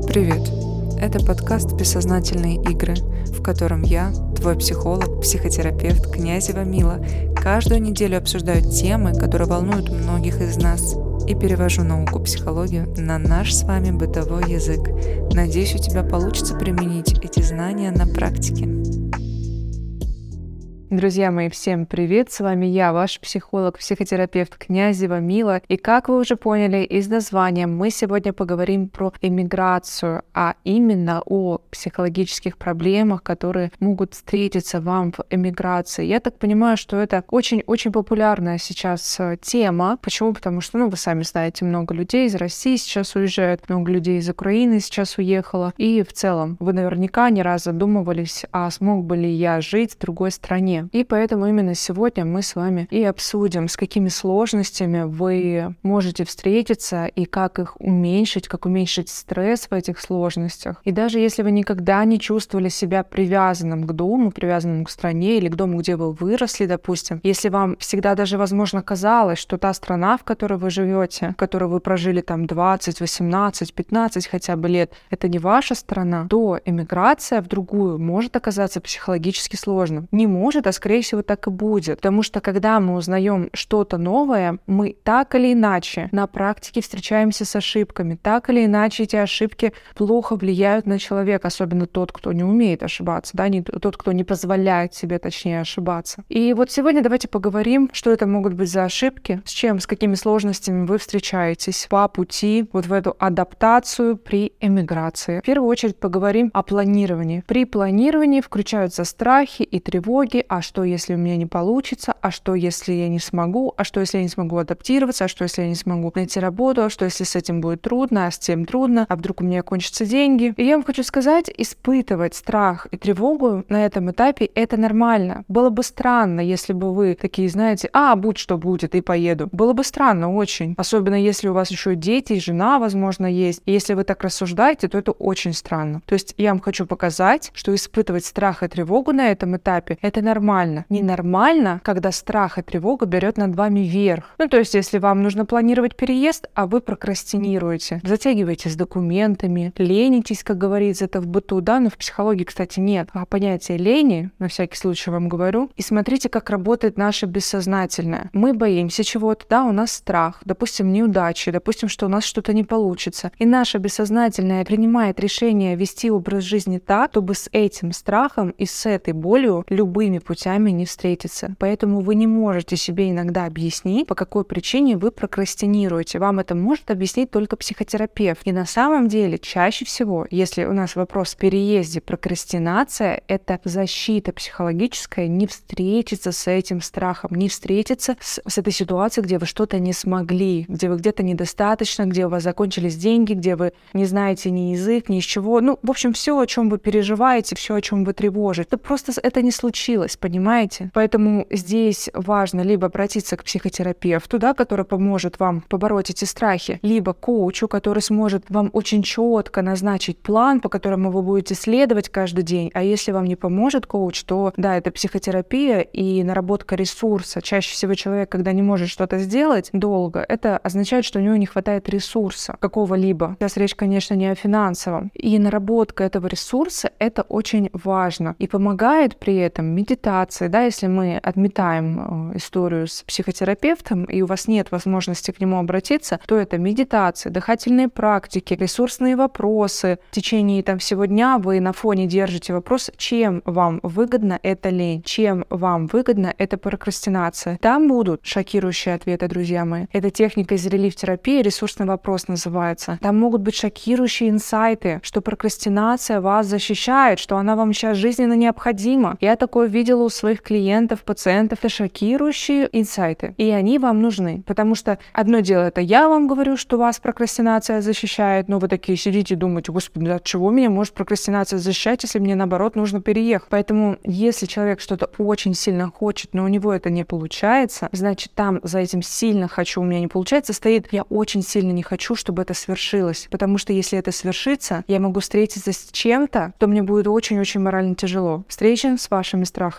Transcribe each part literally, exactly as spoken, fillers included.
Привет! Это подкаст «Бессознательные игры», в котором я, твой психолог, психотерапевт Князева Мила, каждую неделю обсуждаю темы, которые волнуют многих из нас, и перевожу науку психологию на наш с вами бытовой язык. Надеюсь, у тебя получится применить эти знания на практике. Друзья мои, всем привет! С вами я, ваш психолог, психотерапевт Князева Мила. И как вы уже поняли из названия, мы сегодня поговорим про эмиграцию, а именно о психологических проблемах, которые могут встретиться вам в эмиграции. Я так понимаю, что это очень-очень популярная сейчас тема. Почему? Потому что, ну, вы сами знаете, много людей из России сейчас уезжают, много людей из Украины сейчас уехало. И в целом вы наверняка не раз задумывались, а смог бы ли я жить в другой стране. И поэтому именно сегодня мы с вами и обсудим, с какими сложностями вы можете встретиться и как их уменьшить, как уменьшить стресс в этих сложностях. И даже если вы никогда не чувствовали себя привязанным к дому, привязанным к стране или к дому, где вы выросли, допустим, если вам всегда даже, возможно, казалось, что та страна, в которой вы живете, в которой вы прожили там двадцать, восемнадцать, пятнадцать хотя бы лет, это не ваша страна, то эмиграция в другую может оказаться психологически сложным. Не может, а скорее всего так и будет. Потому что когда мы узнаем что-то новое, мы так или иначе на практике встречаемся с ошибками. Так или иначе эти ошибки плохо влияют на человека, особенно тот, кто не умеет ошибаться, да, не тот, кто не позволяет себе, точнее, ошибаться. И вот сегодня давайте поговорим, что это могут быть за ошибки, с чем, с какими сложностями вы встречаетесь по пути вот в эту адаптацию при эмиграции. В первую очередь поговорим о планировании. При планировании включаются страхи и тревоги, а что, если у меня не получится, а что, если я не смогу, а что, если я не смогу адаптироваться, а что, если я не смогу найти работу, а что, если с этим будет трудно, а с тем трудно, а вдруг у меня кончатся деньги. И я вам хочу сказать, испытывать страх и тревогу на этом этапе — это нормально. Было бы странно, если бы вы такие, знаете, а, будь что будет, и поеду. Было бы странно очень. Особенно если у вас еще дети и жена, возможно, есть. И если вы так рассуждаете, то это очень странно. То есть я вам хочу показать, что испытывать страх и тревогу на этом этапе — это нормально. Нормально. Ненормально, когда страх и тревога берет над вами верх. Ну, то есть, если вам нужно планировать переезд, а вы прокрастинируете, затягиваете с документами, ленитесь, как говорится, это в быту, да, но в психологии, кстати, нет а понятия лени, на всякий случай вам говорю. И смотрите, как работает наше бессознательное. Мы боимся чего-то, да, у нас страх, допустим, неудачи, допустим, что у нас что-то не получится. И наше бессознательное принимает решение вести образ жизни так, чтобы с этим страхом и с этой болью любыми путями не встретиться. Поэтому вы не можете себе иногда объяснить, по какой причине вы прокрастинируете. Вам это может объяснить только психотерапевт. И на самом деле, чаще всего, если у нас вопрос в переезде, прокрастинация — это защита психологическая, не встретиться с этим страхом, не встретиться с, с этой ситуацией, где вы что-то не смогли, где вы где-то недостаточно, где у вас закончились деньги, где вы не знаете ни язык, ни из чего. Ну, в общем, все, о чем вы переживаете, все, о чем вы тревожите. Это просто это не случилось. Понимаете? Поэтому здесь важно либо обратиться к психотерапевту, да, который поможет вам побороть эти страхи, либо к коучу, который сможет вам очень четко назначить план, по которому вы будете следовать каждый день. А если вам не поможет коуч, то да, это психотерапия и наработка ресурса. Чаще всего человек, когда не может что-то сделать долго, это означает, что у него не хватает ресурса какого-либо. Сейчас речь, конечно, не о финансовом. И наработка этого ресурса — это очень важно. И помогает при этом медитация. Да, если мы отметаем историю с психотерапевтом, и у вас нет возможности к нему обратиться, то это медитация, дыхательные практики, ресурсные вопросы. В течение там, всего дня вы на фоне держите вопрос, чем вам выгодна эта лень, чем вам выгодна эта прокрастинация. Там будут шокирующие ответы, друзья мои. Это техника из релиф-терапии, ресурсный вопрос называется. Там могут быть шокирующие инсайты, что прокрастинация вас защищает, что она вам сейчас жизненно необходима. Я такое видела у своих клиентов, пациентов. Это шокирующие инсайты. И они вам нужны. Потому что одно дело, это я вам говорю, что вас прокрастинация защищает, но вы такие сидите и думаете, господи, от чего меня может прокрастинация защищать, если мне, наоборот, нужно переехать. Поэтому, если человек что-то очень сильно хочет, но у него это не получается, значит, там за этим сильно хочу, у меня не получается, стоит я очень сильно не хочу, чтобы это свершилось. Потому что если это свершится, я могу встретиться с чем-то, то мне будет очень-очень морально тяжело. Встреча с вашими страхами.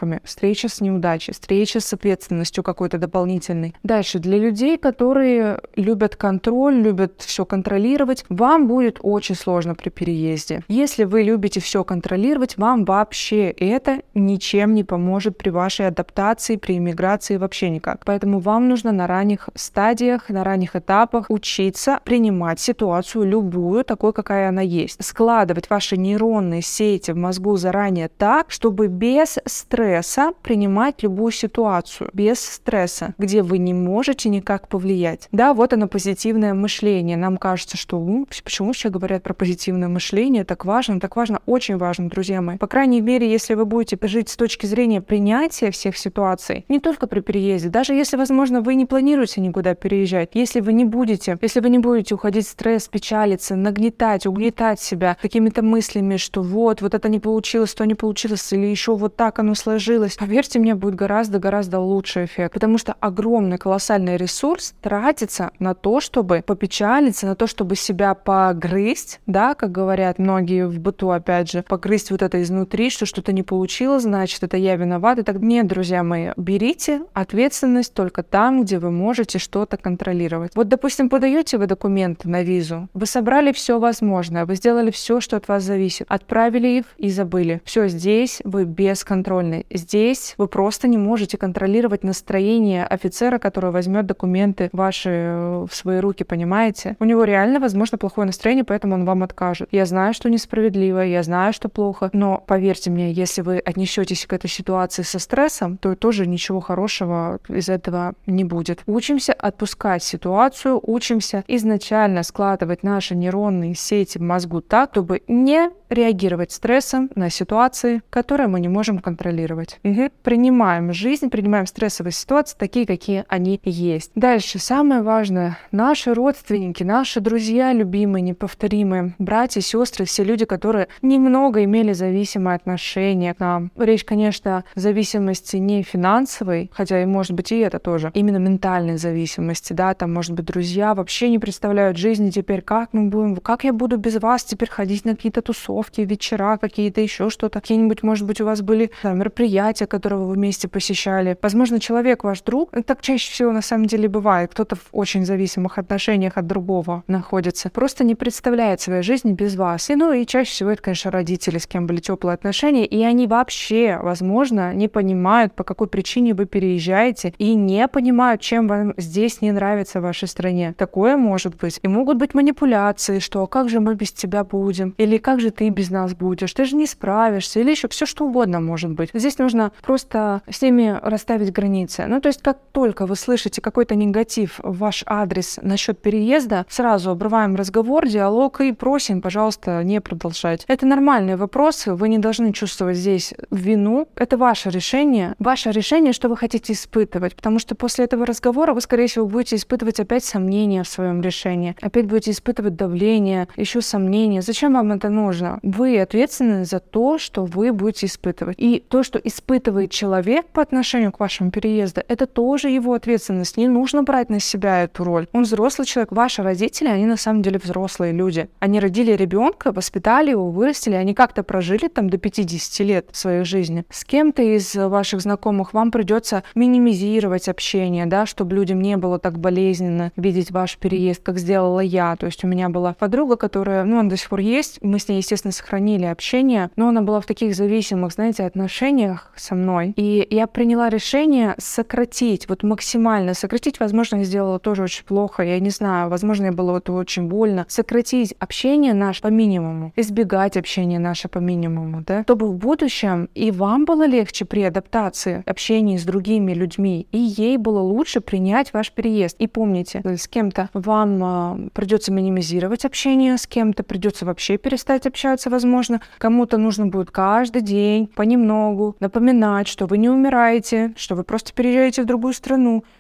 ошибками, встреча с неудачей, встреча с ответственностью какой-то дополнительной. Дальше, для людей, которые любят контроль, любят все контролировать, вам будет очень сложно при переезде. Если вы любите все контролировать, вам вообще это ничем не поможет при вашей адаптации, при иммиграции вообще никак. Поэтому вам нужно на ранних стадиях, на ранних этапах учиться принимать ситуацию любую, такой, какая она есть. Складывать ваши нейронные сети в мозгу заранее так, чтобы без стресса принимать любую ситуацию. Без стресса, где вы не можете никак повлиять. Да, вот оно позитивное мышление. Нам кажется, что ну, почему все говорят про позитивное мышление? Так важно, так важно, очень важно, друзья мои. По крайней мере, если вы будете жить с точки зрения принятия всех ситуаций, не только при переезде, даже если, возможно, вы не планируете никуда переезжать, если вы не будете, если вы не будете уходить в стресс, печалиться, нагнетать, угнетать себя какими-то мыслями, что вот, вот это не получилось, то не получилось, или еще вот так оно сложилось, поверьте мне, будет гораздо-гораздо лучший эффект, потому что огромный, колоссальный ресурс тратится на то, чтобы попечалиться, на то, чтобы себя погрызть, да, как говорят многие в быту, опять же, погрызть вот это изнутри, что что-то не получилось, значит, это я виноват. И так нет, друзья мои, берите ответственность только там, где вы можете что-то контролировать. Вот, допустим, подаете вы документы на визу, вы собрали все возможное, вы сделали все, что от вас зависит, отправили их и забыли. Все, здесь вы бесконтрольны. Здесь вы просто не можете контролировать настроение офицера, который возьмет документы ваши в свои руки, понимаете? У него реально, возможно, плохое настроение, поэтому он вам откажет. Я знаю, что несправедливо, я знаю, что плохо, но поверьте мне, если вы отнесетесь к этой ситуации со стрессом, то тоже ничего хорошего из этого не будет. Учимся отпускать ситуацию, учимся изначально складывать наши нейронные сети в мозгу так, чтобы не реагировать стрессом на ситуации, которые мы не можем контролировать. Угу. Принимаем жизнь, принимаем стрессовые ситуации такие, какие они есть. Дальше, самое важное, наши родственники, наши друзья любимые, неповторимые, братья, сестры, все люди, которые немного имели зависимые отношения к нам. Речь, конечно, о зависимости не финансовой, хотя и может быть и это тоже, именно ментальной зависимости, да, там, может быть, друзья вообще не представляют жизни теперь, как мы будем, как я буду без вас теперь ходить на какие-то тусовки, вечера, какие-то еще что-то, какие-нибудь, может быть, у вас были да, мероприятия, которые вы вместе посещали. Возможно, человек ваш друг, так чаще всего на самом деле бывает, кто-то в очень зависимых отношениях от другого находится, просто не представляет своей жизни без вас. И, ну и чаще всего это, конечно, родители, с кем были теплые отношения, и они вообще, возможно, не понимают, по какой причине вы переезжаете, и не понимают, чем вам здесь не нравится в вашей стране. Такое может быть. И могут быть манипуляции, что как же мы без тебя будем, или как же ты без нас будешь, ты же не справишься, или еще все что угодно может быть. Здесь нужно просто с ними расставить границы. Ну, то есть, как только вы слышите какой-то негатив в ваш адрес насчет переезда, сразу обрываем разговор, диалог и просим, пожалуйста, не продолжать. Это нормальные вопросы, вы не должны чувствовать здесь вину. Это ваше решение. Ваше решение, что вы хотите испытывать, потому что после этого разговора вы, скорее всего, будете испытывать опять сомнения в своем решении, опять будете испытывать давление, еще сомнения. Зачем вам это нужно? Вы ответственны за то, что вы будете испытывать. И то, что испытывает человек по отношению к вашему переезду, это тоже его ответственность. Не нужно брать на себя эту роль. Он взрослый человек. Ваши родители, они на самом деле взрослые люди. Они родили ребенка, воспитали его, вырастили, они как-то прожили там до пятидесяти лет в своей жизни. С кем-то из ваших знакомых вам придется минимизировать общение, да, чтобы людям не было так болезненно видеть ваш переезд, как сделала я. То есть у меня была подруга, которая, ну, она до сих пор есть, мы с ней, естественно, сохранили общение, но она была в таких зависимых, знаете, отношениях со мной. И я приняла решение сократить, вот максимально сократить, возможно, я сделала тоже очень плохо, я не знаю, возможно, я было это очень больно, сократить общение наше по минимуму, избегать общения наше по минимуму, да, чтобы в будущем и вам было легче при адаптации, общении с другими людьми, и ей было лучше принять ваш переезд. И помните, с кем-то вам э, придется минимизировать общение, с кем-то придется вообще перестать общаться, возможно, кому-то нужно будет каждый день понемногу напоминать, что вы не умираете, что вы просто переезжаете в другую страну,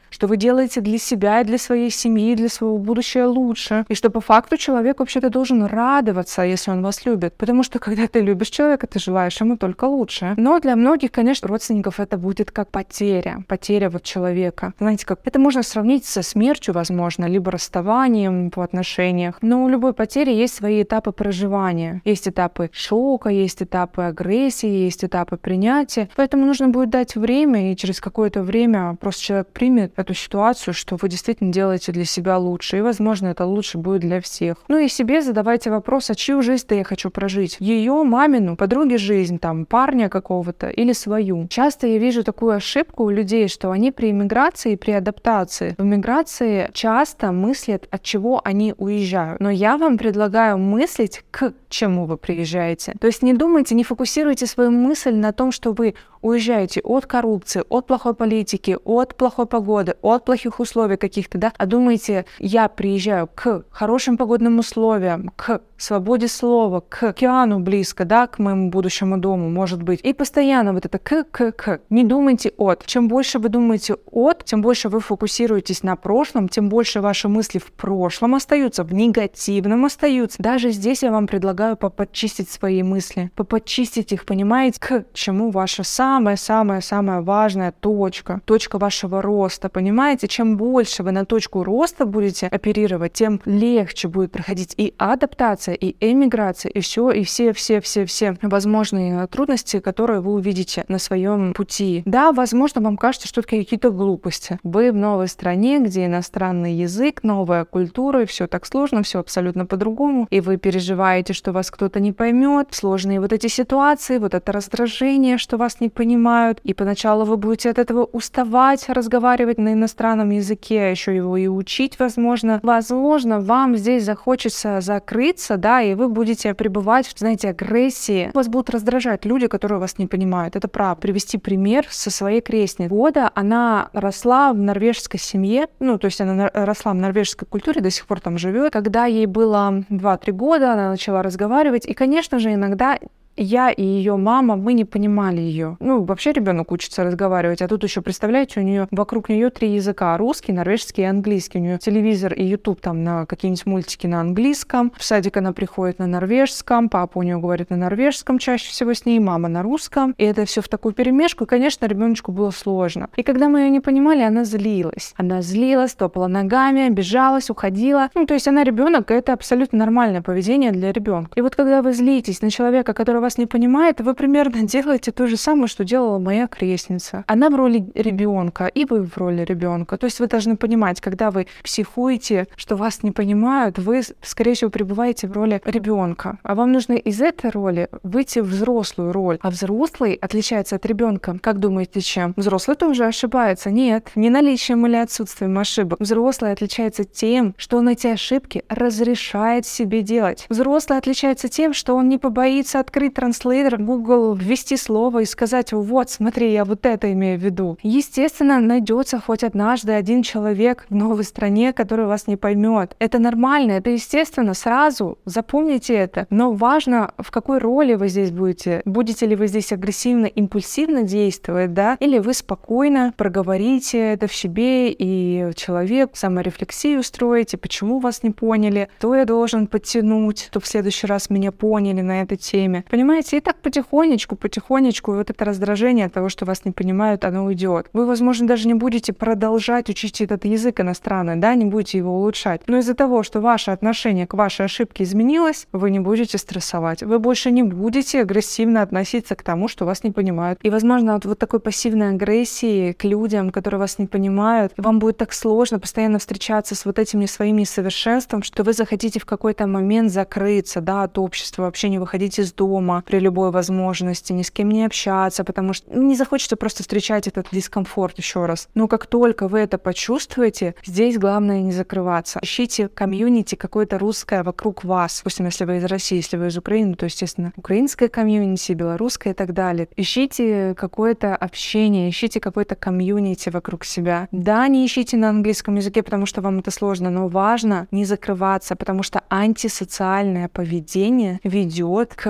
что вы делаете для себя и для своей семьи, и для своего будущего лучше, и что по факту человек вообще-то должен радоваться, если он вас любит, потому что когда ты любишь человека, ты желаешь ему только лучшее. Но для многих, конечно, родственников это будет как потеря, потеря вот человека. Знаете, как это можно сравнить со смертью, возможно, либо расставанием в отношениях, но у любой потери есть свои этапы проживания. Есть этапы шока, есть этапы агрессии, есть этапы принятия, поэтому нужно будет дать время, и через какое-то время просто человек примет эту ситуацию, что вы действительно делаете для себя лучше, и, возможно, это лучше будет для всех. Ну и себе задавайте вопрос, а чью жизнь-то я хочу прожить? Ее, мамину, подруги жизнь, там, парня какого-то или свою? Часто я вижу такую ошибку у людей, что они при эмиграции, при адаптации, в эмиграции часто мыслят, от чего они уезжают. Но я вам предлагаю мыслить, к чему вы приезжаете. То есть не думайте, не фокусируйте свою мысль на том, что вы уезжаете от коррупции, от плохой политики, от плохой погоды, от плохих условий каких-то, да, а думайте, я приезжаю к хорошим погодным условиям, к свободе слова, к океану близко, да, к моему будущему дому, может быть. И постоянно вот это к, к, к. Не думайте от. Чем больше вы думаете от, тем больше вы фокусируетесь на прошлом, тем больше ваши мысли в прошлом остаются, в негативном остаются. Даже здесь я вам предлагаю поподчистить свои мысли, поподчистить их, понимаете, к чему ваша самая-самая-самая важная точка, точка вашего роста, понимаете? Чем больше вы на точку роста будете оперировать, тем легче будет проходить и адаптация, и эмиграция, и все, и все-все-все-все возможные трудности, которые вы увидите на своем пути. Да, возможно, вам кажется, что это какие-то глупости. Вы в новой стране, где иностранный язык, новая культура, и все так сложно, все абсолютно по-другому, и вы переживаете, что вас кто-то не поймет, сложные вот эти ситуации, вот это раздражение, что вас не понимают, и поначалу вы будете от этого уставать, разговаривать на иностранном языке, а еще его и учить, возможно. Возможно, вам здесь захочется закрыться, да, и вы будете пребывать в, знаете, агрессии. Вас будут раздражать люди, которые вас не понимают. Это правда. Привести пример со своей крестницей. Года она росла в норвежской семье, ну, то есть она росла в норвежской культуре, до сих пор там живет. Когда ей было два-три года, она начала разговаривать, и, конечно же, иногда я и ее мама, мы не понимали ее. Ну, вообще ребенок учится разговаривать, а тут еще, представляете, у нее вокруг нее три языка: русский, норвежский и английский. У нее телевизор и YouTube там на какие-нибудь мультики на английском. В садик она приходит на норвежском, папа у нее говорит на норвежском чаще всего с ней, мама на русском. И это все в такую перемешку, и, конечно, ребеночку было сложно. И когда мы ее не понимали, она злилась. Она злилась, топала ногами, обижалась, уходила. Ну, то есть она ребенок, и это абсолютно нормальное поведение для ребенка. И вот когда вы злитесь на человека, который вас не понимает, вы примерно делаете то же самое, что делала моя крестница. Она в роли ребенка, и вы в роли ребенка. То есть вы должны понимать, когда вы психуете, что вас не понимают, вы, скорее всего, пребываете в роли ребенка. А вам нужно из этой роли выйти в взрослую роль. А взрослый отличается от ребенка. Как думаете, чем? Взрослый тоже ошибается. Нет, не наличием или отсутствием ошибок. Взрослый отличается тем, что он эти ошибки разрешает себе делать. Взрослый отличается тем, что он не побоится открыть транслейтер, Google, ввести слово и сказать: вот, смотри, я вот это имею в виду. Естественно, найдется хоть однажды один человек в новой стране, который вас не поймет. Это нормально, это естественно, сразу запомните это. Но важно, в какой роли вы здесь будете. Будете ли вы здесь агрессивно, импульсивно действовать, да? Или вы спокойно проговорите это в себе, и человек саморефлексию строите, почему вас не поняли, что я должен подтянуть, чтобы в следующий раз меня поняли на этой теме. Понимаете, и так потихонечку, потихонечку, вот это раздражение от того, что вас не понимают, оно уйдет. Вы, возможно, даже не будете продолжать учить этот язык иностранный, да, не будете его улучшать. Но из-за того, что ваше отношение к вашей ошибке изменилось, вы не будете стрессовать. Вы больше не будете агрессивно относиться к тому, что вас не понимают. И, возможно, вот, вот такой пассивной агрессии к людям, которые вас не понимают, вам будет так сложно постоянно встречаться с вот этим своим несовершенством, что вы захотите в какой-то момент закрыться, да, от общества, вообще не выходить из дома при любой возможности, ни с кем не общаться, потому что не захочется просто встречать этот дискомфорт еще раз. Но как только вы это почувствуете, здесь главное не закрываться. Ищите комьюнити какое-то русское вокруг вас. Допустим, если вы из России, если вы из Украины, то, естественно, украинское комьюнити, белорусское и так далее. Ищите какое-то общение, ищите какое-то комьюнити вокруг себя. Да, не ищите на английском языке, потому что вам это сложно, но важно не закрываться, потому что антисоциальное поведение ведет к депрессии,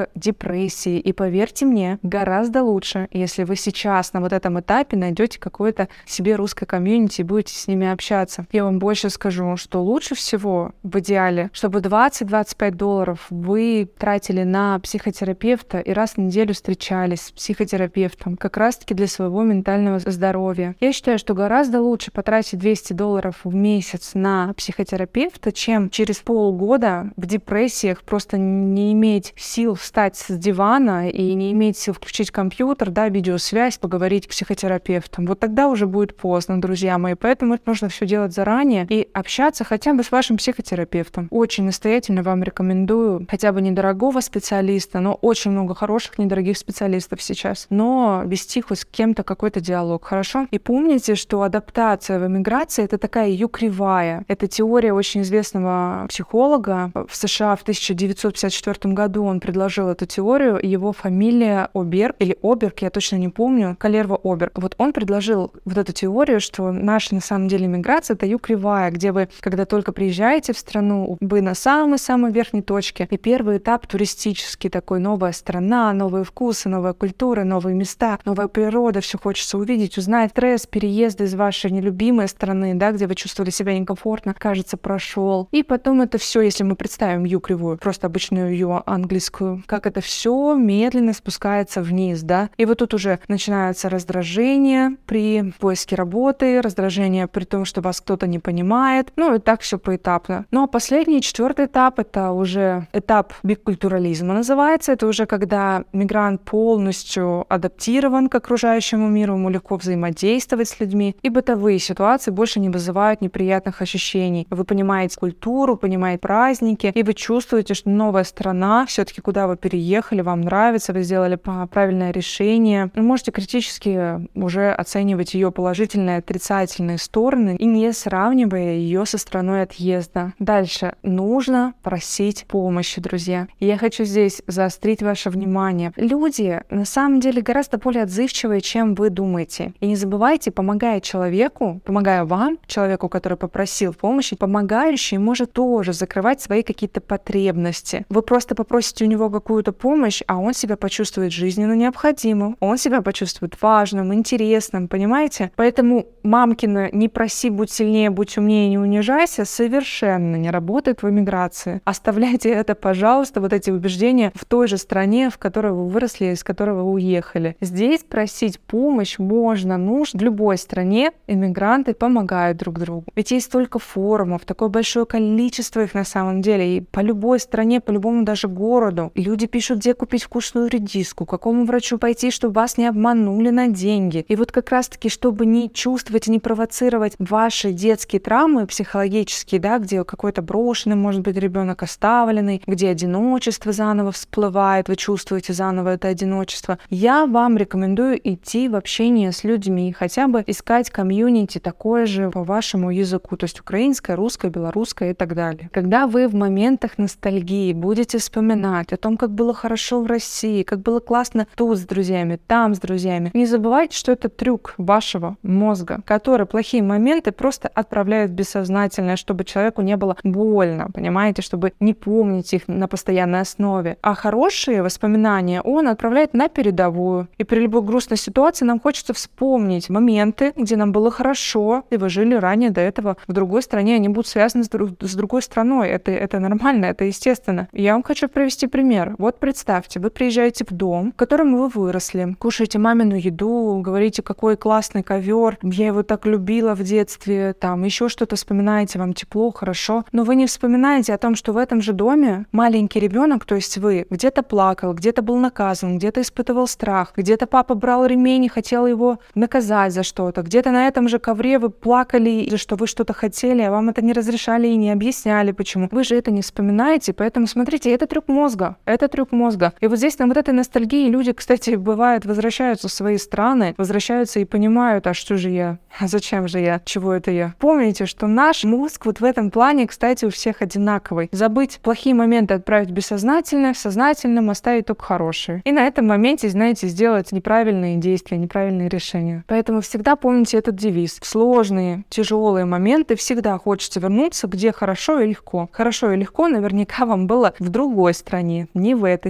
депрессии. И поверьте мне, гораздо лучше, если вы сейчас на вот этом этапе найдете какое-то себе русское комьюнити и будете с ними общаться. Я вам больше скажу, что лучше всего в идеале, чтобы двадцать-двадцать пять долларов вы тратили на психотерапевта и раз в неделю встречались с психотерапевтом, как раз-таки для своего ментального здоровья. Я считаю, что гораздо лучше потратить двести долларов в месяц на психотерапевта, чем через полгода в депрессиях просто не иметь сил встать с дивана и не иметь сил включить компьютер, да, видеосвязь, поговорить с психотерапевтом. Вот тогда уже будет поздно, друзья мои. Поэтому нужно все делать заранее и общаться хотя бы с вашим психотерапевтом. Очень настоятельно вам рекомендую хотя бы недорогого специалиста, но очень много хороших недорогих специалистов сейчас, но вести хоть с кем-то какой-то диалог, хорошо? И помните, что адаптация в эмиграции — это такая ю-кривая. Это теория очень известного психолога в США в тысяча девятьсот пятьдесят четвёртом году. Он предложил эту теорию, его фамилия Оберг или Оберг, я точно не помню, Калерво Оберг. Вот он предложил вот эту теорию, что наша на самом деле миграция — это ю-кривая, где вы, когда только приезжаете в страну, вы на самой-самой верхней точке. И первый этап туристический такой: новая страна, новые вкусы, новая культура, новые места, новая природа, все хочется увидеть, узнать. Стресс переезда из вашей нелюбимой страны, да, где вы чувствовали себя некомфортно, кажется, прошел. И потом это все, если мы представим ю-кривую, просто обычную ю английскую, как это все медленно спускается вниз, да. И вот тут уже начинается раздражение при поиске работы, раздражение при том, что вас кто-то не понимает. Ну и так все поэтапно. Ну а последний, четвертый этап — это уже этап бикультурализма называется. Это уже когда мигрант полностью адаптирован к окружающему миру, ему легко взаимодействовать с людьми, и бытовые ситуации больше не вызывают неприятных ощущений. Вы понимаете культуру, понимаете праздники, и вы чувствуете, что новая страна, все-таки куда вы переехали, вам нравится, вы сделали правильное решение. Вы можете критически уже оценивать ее положительные и отрицательные стороны и не сравнивая ее со страной отъезда. Дальше. Нужно просить помощи, друзья. И я хочу здесь заострить ваше внимание. Люди на самом деле гораздо более отзывчивые, чем вы думаете. И не забывайте, помогая человеку, помогая вам, человеку, который попросил помощи, помогающий может тоже закрывать свои какие-то потребности. Вы просто попросите у него какую-то помощь, а он себя почувствует жизненно необходимым, он себя почувствует важным, интересным, понимаете? Поэтому мамкина «не проси, будь сильнее, будь умнее, не унижайся» совершенно не работает в эмиграции. Оставляйте это, пожалуйста, вот эти убеждения в той же стране, в которой вы выросли, из которой вы уехали. Здесь просить помощь можно, нужно. В любой стране эмигранты помогают друг другу. Ведь есть столько форумов, такое большое количество их на самом деле. И по любой стране, по любому даже городу люди пишут, где купить вкусную редиску, к какому врачу пойти, чтобы вас не обманули на деньги. И вот как раз-таки, чтобы не чувствовать и не провоцировать ваши детские травмы психологические, да, где какой-то брошенный, может быть, ребенок оставленный, где одиночество заново всплывает, вы чувствуете заново это одиночество, я вам рекомендую идти в общение с людьми, хотя бы искать комьюнити такое же по вашему языку, то есть украинское, русское, белорусское и так далее. Когда вы в моментах ностальгии будете вспоминать о том, как было хорошо в России, как было классно тут с друзьями, там с друзьями, не забывайте, что это трюк вашего мозга, который плохие моменты просто отправляет в бессознательное, чтобы человеку не было больно, понимаете, чтобы не помнить их на постоянной основе. А хорошие воспоминания он отправляет на передовую. И при любой грустной ситуации нам хочется вспомнить моменты, где нам было хорошо, и вы жили ранее до этого в другой стране, они будут связаны с, друг, с другой страной. Это, это нормально, это естественно. Я вам хочу привести пример. Вот представьте, вы приезжаете в дом, в котором вы выросли, кушаете мамину еду, говорите, какой классный ковер, я его так любила в детстве, там еще что-то вспоминаете, вам тепло, хорошо, но вы не вспоминаете о том, что в этом же доме маленький ребенок, то есть вы, где-то плакал, где-то был наказан, где-то испытывал страх, где-то папа брал ремень и хотел его наказать за что-то, где-то на этом же ковре вы плакали, что вы что-то хотели, а вам это не разрешали и не объясняли, почему. Вы же это не вспоминаете, поэтому смотрите, это трюк мозга, это трюк мозга. И вот здесь на вот этой ностальгии люди, кстати, бывает, возвращаются в свои страны, возвращаются и понимают, а что же я, а зачем же я, чего это я. Помните, что наш мозг вот в этом плане, кстати, у всех одинаковый. Забыть плохие моменты, отправить в бессознательное, в сознательном оставить только хорошие. И на этом моменте, знаете, сделать неправильные действия, неправильные решения. Поэтому всегда помните этот девиз. В сложные, тяжелые моменты всегда хочется вернуться, где хорошо и легко. Хорошо и легко наверняка вам было в другой стране, не в этой, в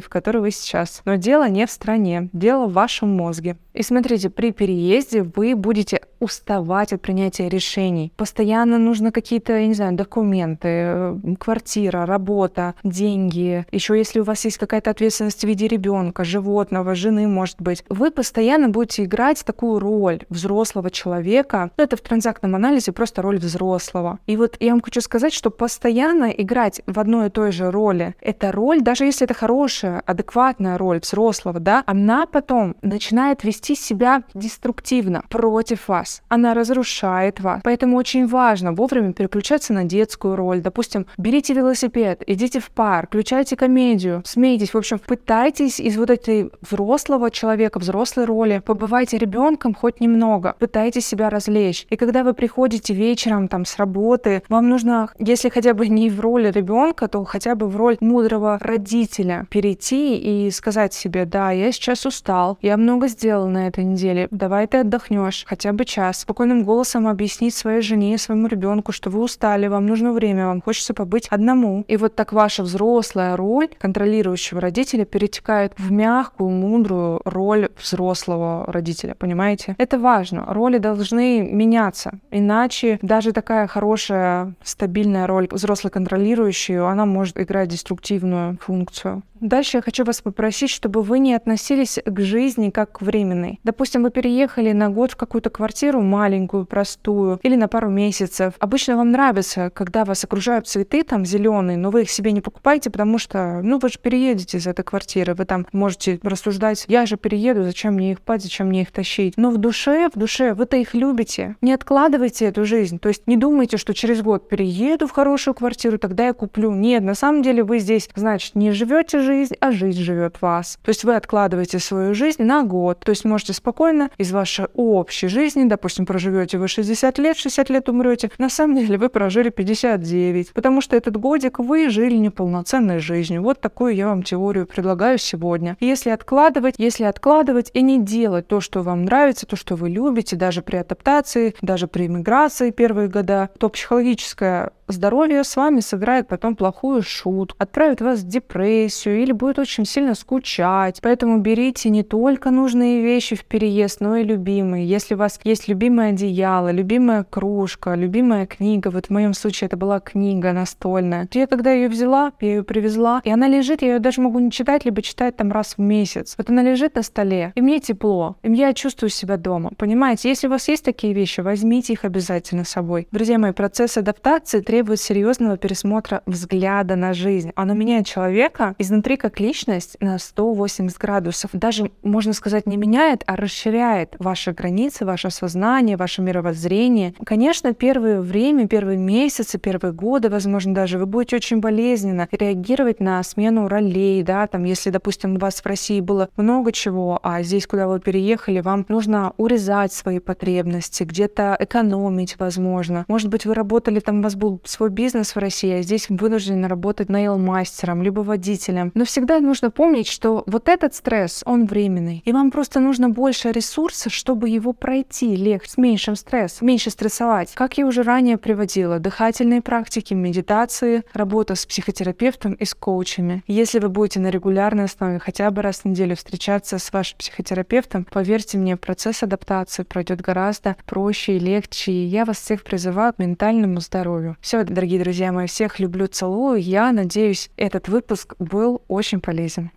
в которой вы сейчас. Но дело не в стране, дело в вашем мозге. И смотрите, при переезде вы будете уставать от принятия решений. Постоянно нужно какие-то, я не знаю, документы, квартира, работа, деньги. Еще если у вас есть какая-то ответственность в виде ребенка, животного, жены, может быть. Вы постоянно будете играть такую роль взрослого человека. Ну, это в транзактном анализе просто роль взрослого. И вот я вам хочу сказать, что постоянно играть в одной и той же роли, эта роль, даже если это хорошая, адекватная роль взрослого, да, она потом начинает вести себя деструктивно против вас. Она разрушает вас. Поэтому очень важно вовремя переключаться на детскую роль. Допустим, берите велосипед, идите в парк, включайте комедию, смейтесь. В общем, пытайтесь из вот этой взрослого человека, взрослой роли, побывайте ребенком хоть немного, пытайтесь себя развлечь. И когда вы приходите вечером там с работы, вам нужно, если хотя бы не в роли ребенка, то хотя бы в роль мудрого родителя перейти и сказать себе: да, я сейчас устал, я много сделал на этой неделе, давай ты отдохнешь хотя бы час. Спокойным голосом объяснить своей жене, своему ребенку, что вы устали, вам нужно время, вам хочется побыть одному. И вот так ваша взрослая роль контролирующего родителя перетекает в мягкую, мудрую роль взрослого родителя, понимаете? Это важно. Роли должны меняться, иначе даже такая хорошая, стабильная роль взрослой контролирующей, она может играть деструктивную функцию. Дальше я хочу вас попросить, чтобы вы не относились к жизни как к временной. Допустим, вы переехали на год в какую-то квартиру маленькую, простую, или на пару месяцев. Обычно вам нравится, когда вас окружают цветы там зеленые, но вы их себе не покупаете, потому что, ну, вы же переедете из этой квартиры, вы там можете рассуждать: я же перееду, зачем мне их пать, зачем мне их тащить. Но в душе, в душе вы-то их любите. Не откладывайте эту жизнь. То есть не думайте, что через год перееду в хорошую квартиру, тогда я куплю. Нет, на самом деле вы здесь, значит, не живете жизнь, жизнь, а жизнь живет вас. То есть вы откладываете свою жизнь на год. То есть можете спокойно из вашей общей жизни, допустим, проживете вы шестьдесят лет, шестьдесят лет умрете, на самом деле вы прожили пятьдесят девять, потому что этот годик вы жили неполноценной жизнью. Вот такую я вам теорию предлагаю сегодня. Если откладывать, если откладывать и не делать то, что вам нравится, то, что вы любите, даже при адаптации, даже при миграции первые года, то психологическое здоровье с вами сыграет потом плохую шутку, отправит вас в депрессию или будет очень сильно скучать. Поэтому берите не только нужные вещи в переезд, но и любимые. Если у вас есть любимое одеяло, любимая кружка, любимая книга, вот в моем случае это была книга настольная, то я когда ее взяла, я ее привезла, и она лежит, я ее даже могу не читать, либо читать там раз в месяц. Вот она лежит на столе, и мне тепло, и я чувствую себя дома. Понимаете, если у вас есть такие вещи, возьмите их обязательно с собой. Друзья мои, процесс адаптации требует требует серьезного пересмотра взгляда на жизнь. Оно меняет человека изнутри как личность на сто восемьдесят градусов. Даже, можно сказать, не меняет, а расширяет ваши границы, ваше сознание, ваше мировоззрение. Конечно, первое время, первые месяцы, первые годы, возможно, даже вы будете очень болезненно реагировать на смену ролей, да, там, если, допустим, у вас в России было много чего, а здесь, куда вы переехали, вам нужно урезать свои потребности, где-то экономить, возможно. Может быть, вы работали, там у вас был свой бизнес в России, а здесь вынуждены работать нейл-мастером, либо водителем. Но всегда нужно помнить, что вот этот стресс, он временный. И вам просто нужно больше ресурсов, чтобы его пройти легче, с меньшим стрессом, меньше стрессовать. Как я уже ранее приводила, дыхательные практики, медитации, работа с психотерапевтом и с коучами. Если вы будете на регулярной основе хотя бы раз в неделю встречаться с вашим психотерапевтом, поверьте мне, процесс адаптации пройдет гораздо проще и легче. И я вас всех призываю к ментальному здоровью. Все, дорогие друзья мои, всех люблю, целую. Я надеюсь, этот выпуск был очень полезен.